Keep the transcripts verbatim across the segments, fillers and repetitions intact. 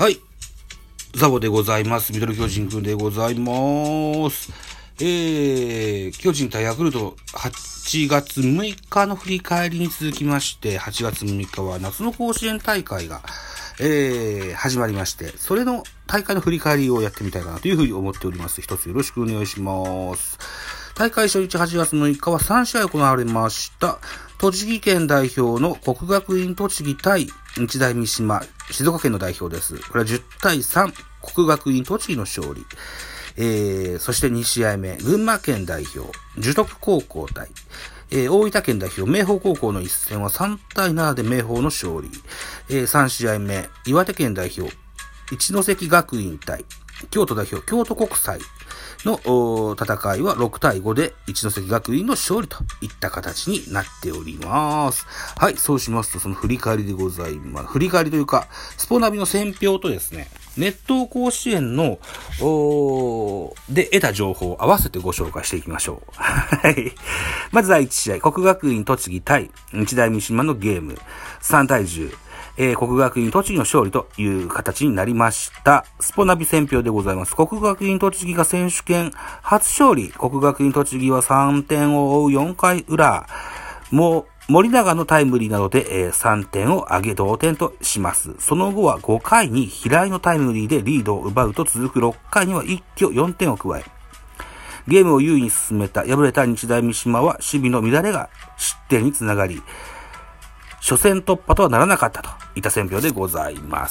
はい。ザボでございます。ミドル巨人くんでございます。えー、巨人対ヤクルトはちがつむいかの振り返りに続きまして、はちがつむいかは夏の甲子園大会が、えー、始まりまして、それの大会の振り返りをやってみたいかなというふうに思っております。一つよろしくお願いします。大会初日はちがつむいかはさんしあい行われました。栃木県代表の国学院栃木対日大三島、静岡県の代表です。これはじゅうたいさん、国学院栃木の勝利。えー、そしてにしあいめ、群馬県代表、樹徳高校対、えー、大分県代表、明豊高校の一戦はさんたいななで明豊の勝利。えー、さんしあいめ、岩手県代表、一関学院対、京都代表、京都国際の戦いはろくたいごで一関学院の勝利といった形になっております。はい、そうしますとその振り返りでございます。振り返りというか、スポナビの選評とですね、熱湯甲子園の、で得た情報を合わせてご紹介していきましょう。はい。まずだいいちしあい、国学院栃木対日大三島のゲーム、さんたいじゅう。えー、国学院栃木の勝利という形になりました。スポナビ選評でございます。国学院栃木が選手権初勝利。国学院栃木はさんてんを追うよんかいうら。もう、森永のタイムリーなどで、えー、さんてんを上げ同点とします。その後はごかいに平井のタイムリーでリードを奪うと続くろっかいには一挙よんてんを加え、ゲームを優位に進めた敗れた日大三島は守備の乱れが失点につながり、初戦突破とはならなかったといった選評でございます。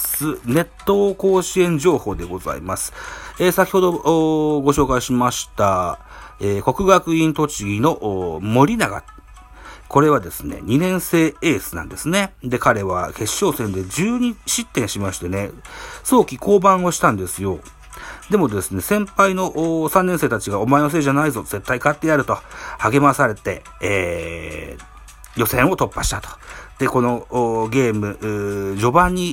熱湯甲子園情報でございます。えー、先ほどご紹介しました、えー、国学院栃木の森永。これはですね、にねんせいエースなんですね。で、彼は決勝戦でじゅうにしってんしましてね、早期降板をしたんですよ。でもですね、先輩のさんねんせいたちがお前のせいじゃないぞ、絶対勝ってやると励まされて、えー、予選を突破したと。で、このゲーム、序盤に、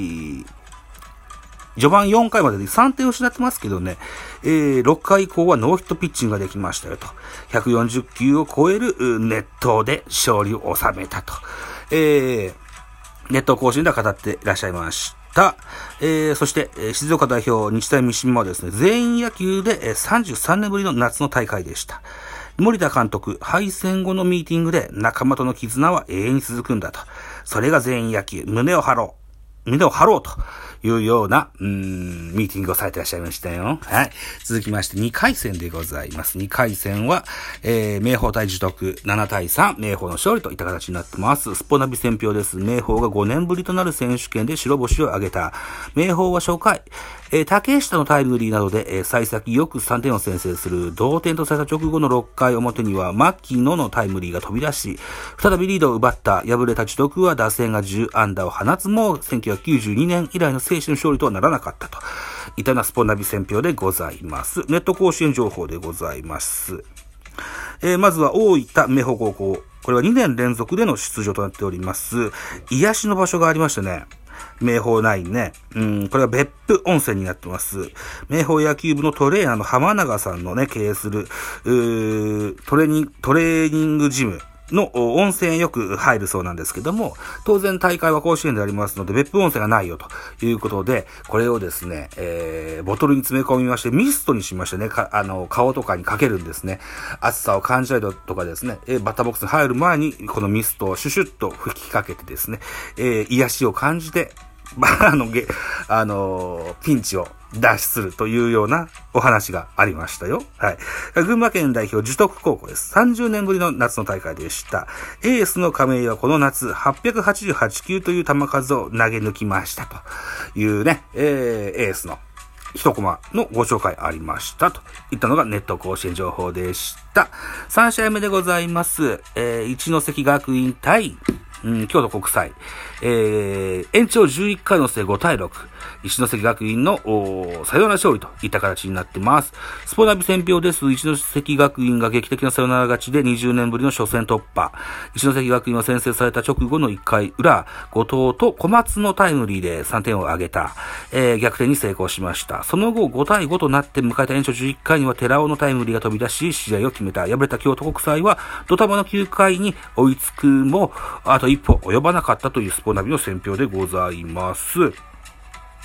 序盤よんかいまでにさんてんを失ってますけどね、えー、ろっかい以降はノーヒットピッチングができましたよと。ひゃくよんじゅっきゅうを超える熱湯で勝利を収めたと。えー、熱湯甲子園では語っていらっしゃいました。えー、そして、静岡代表日大三島はですね、全員野球でさんじゅうさんねんぶりの夏の大会でした。森田監督、敗戦後のミーティングで仲間との絆は永遠に続くんだと。それが全員野球、胸を張ろう。胸を張ろうというような、うーん、ミーティングをされていらっしゃいましたよ。はい。続きましてにかいせんでございます。にかいせんは、えー、明豊対樹徳ななたいさん、明豊の勝利といった形になってます。スポナビ選評です。明豊がごねんぶりとなる選手権で白星を挙げた。明豊は初回、えー、竹下のタイムリーなどで、えー、幸先よくさんてんを先制する。同点とされた直後のろっかいおもてには、牧野のタイムリーが飛び出し、再びリードを奪った。敗れた樹徳は打線がじゅうあんだを放つも、せんきゅうひゃくきゅうじゅうにねん以来の正式の勝利とはならなかったと。いったようなスポナビ選評でございます。ネット甲子園情報でございます。えー、まずは大分明豊高校。これはにねんれんぞくでの出場となっております。癒しの場所がありましてね。明豊ナインね。うん、これは別府温泉になってます。明豊野球部のトレーナーの浜永さんのね、経営する、うートレーニング、トレーニングジムの温泉へよく入るそうなんですけども、当然大会は甲子園でありますので、別府温泉がないよということで、これをですね、えー、ボトルに詰め込みまして、ミストにしましてね、かあの、顔とかにかけるんですね。暑さを感じたりとかですね、えー、バッターボックスに入る前に、このミストをシュシュッと吹きかけてですね、えー、癒しを感じて、あの、げ、あの、ピンチを脱出するというようなお話がありましたよ。はい。群馬県代表、樹徳高校です。さんじゅうねんぶりの夏の大会でした。エースの亀井はこの夏、はっぴゃくはちじゅうはちきゅうという球数を投げ抜きましたというね、えー、エースの一コマのご紹介ありましたといったのがネット甲子園情報でした。さんしあいめでございます。えー、一関学院対、うん、京都国際。えー、延長じゅういっかいの末ごたいろく。一関学院のサヨナラ勝利といった形になってます。スポナビ選評です。一関学院が劇的なサヨナラ勝ちでにじゅうねんぶりの初戦突破。一関学院は先制された直後のいっかいうら、後藤と小松のタイムリーでさんてんを挙げた。えー、逆転に成功しました。その後ごたいごとなって迎えた延長じゅういっかいには寺尾のタイムリーが飛び出し、試合を決めた。敗れた京都国際は土壇場のきゅうかいに追いつくも、あと一歩及ばなかったというスポナビの選評でございます。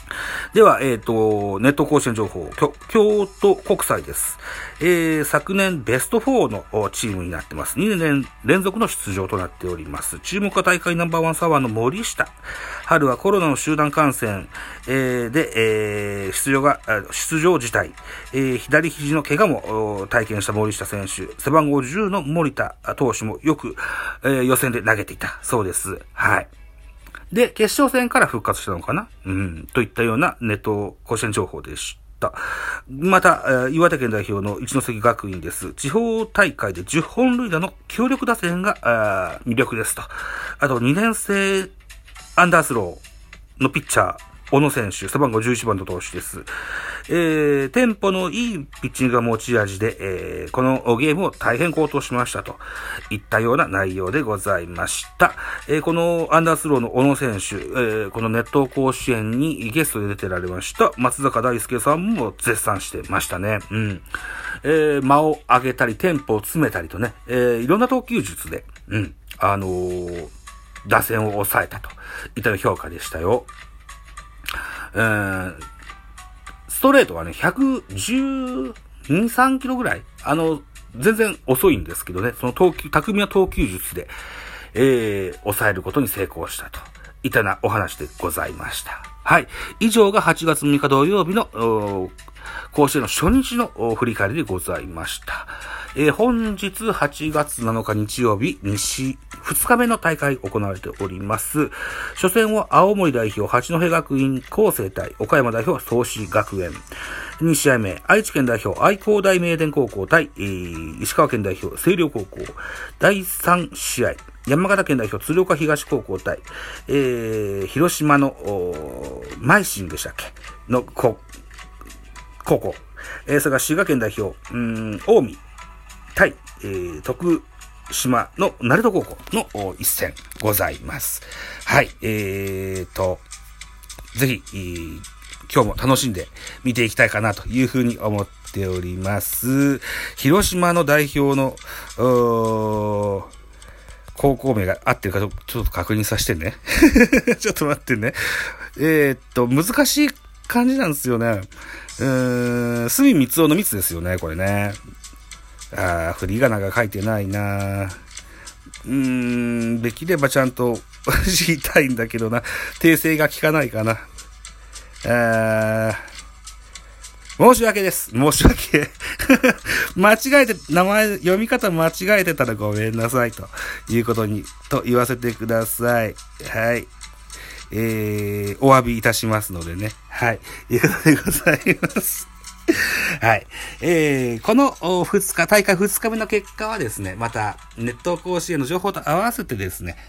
では、えっと、ネット甲子園情報、京都国際です。えー、昨年ベストフォーのチームになってます。にねん連続の出場となっております。注目は大会ナンバーワン左腕の森下。春はコロナの集団感染、えー、で、えー、出場が、出場自体、えー、左肘の怪我も体験した森下選手。背番号じゅうの森田投手もよく、えー、予選で投げていたそうです。はい。で、決勝戦から復活したのかなうん。といったようなネット甲子園情報でした。また、岩手県代表の一関学院です。地方大会でじゅっぽん塁打の強力打線が魅力ですと。あと、にねん生アンダースローのピッチャー、小野選手、背番号じゅういちばんの投手です。えー、テンポのいいピッチングが持ち味で、えー、このゲームを大変好投しましたといったような内容でございました。えー、このアンダースローの小野選手、えー、このネット甲子園にゲストで出てられました松坂大輔さんも絶賛してましたね。うん。えー、間を上げたり、テンポを詰めたりとね、えー、いろんな投球術で、うん、あのー、打線を抑えたといった評価でしたよ。えー、ストレートはね、ひゃくじゅうに、さんキロぐらい。あの、全然遅いんですけどね、その投球、巧みな投球術で、えー、抑えることに成功したといったようなお話でございました。はい。以上がはちがつむいか土曜日の、甲子園の初日の振り返りでございました。えー、本日はちがつなのか日曜日、西、ふつかめの大会行われております。初戦は青森代表、八戸学院高星対、岡山代表、創志学園。に試合目、愛知県代表、愛工大名電高校対、えー、石川県代表、星稜高校。だいさん試合、山形県代表、鶴岡東高校対、えー、広島の、邁進でしたっけの、こ、高校。えー、それから滋賀県代表、うーん、近江対、えー、徳島の鳴門高校の一戦ございます。はい、えーと、ぜひ、えー、今日も楽しんで見ていきたいかなというふうに思っております。広島の代表の、高校名が合ってるかちょっと確認させてね。ちょっと待ってね。えー、っと、難しい感じなんですよね。うーん、隅三つおの密ですよね、これね。あー、振り仮名が書いてないな。うーん、できればちゃんと知りたいんだけどな。訂正が効かないかな。あー、申し訳です。申し訳。間違えて、名前、読み方間違えてたらごめんなさいということに、と言わせてください。はい。えー、お詫びいたしますのでね。はい。いうことでございます。はい。えー、このふつか、大会ふつかめの結果はですね、また、ネット甲子園の情報と合わせてですね、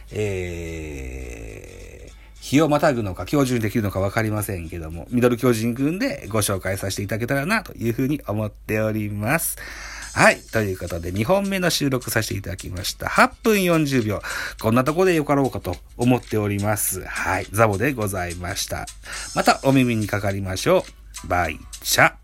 えー、日をまたぐのか、今日中にできるのかわかりませんけども、ミドル巨人軍でご紹介させていただけたらな、というふうに思っております。はい。ということで、にほんめの収録させていただきました。はっぷんよんじゅうびょう。こんなとこでよかろうかと思っております。はい。ザボでございました。またお耳にかかりましょう。バイチャ。